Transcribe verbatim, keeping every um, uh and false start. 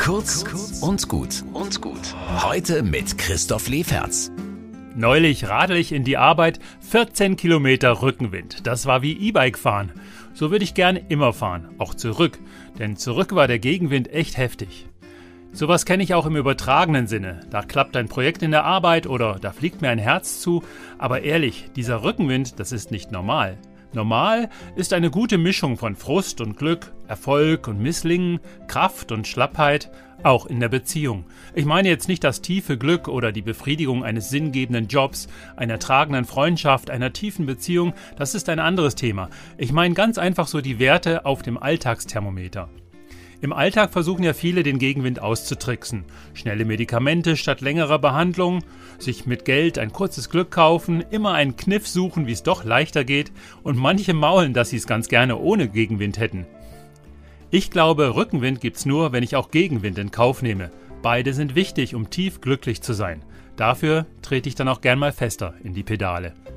Kurz und gut und gut. Heute mit Christoph Leferz. Neulich radel ich in die Arbeit, vierzehn Kilometer Rückenwind. Das war wie E-Bike fahren. So würde ich gerne immer fahren, auch zurück. Denn zurück war der Gegenwind echt heftig. Sowas kenne ich auch im übertragenen Sinne. Da klappt ein Projekt in der Arbeit oder da fliegt mir ein Herz zu. Aber ehrlich, dieser Rückenwind, das ist nicht normal. Normal ist eine gute Mischung von Frust und Glück, Erfolg und Misslingen, Kraft und Schlappheit, auch in der Beziehung. Ich meine jetzt nicht das tiefe Glück oder die Befriedigung eines sinngebenden Jobs, einer tragenden Freundschaft, einer tiefen Beziehung, das ist ein anderes Thema. Ich meine ganz einfach so die Werte auf dem Alltagsthermometer. Im Alltag versuchen ja viele, den Gegenwind auszutricksen. Schnelle Medikamente statt längerer Behandlung, sich mit Geld ein kurzes Glück kaufen, immer einen Kniff suchen, wie es doch leichter geht, und manche maulen, dass sie es ganz gerne ohne Gegenwind hätten. Ich glaube, Rückenwind gibt's nur, wenn ich auch Gegenwind in Kauf nehme. Beide sind wichtig, um tief glücklich zu sein. Dafür trete ich dann auch gern mal fester in die Pedale.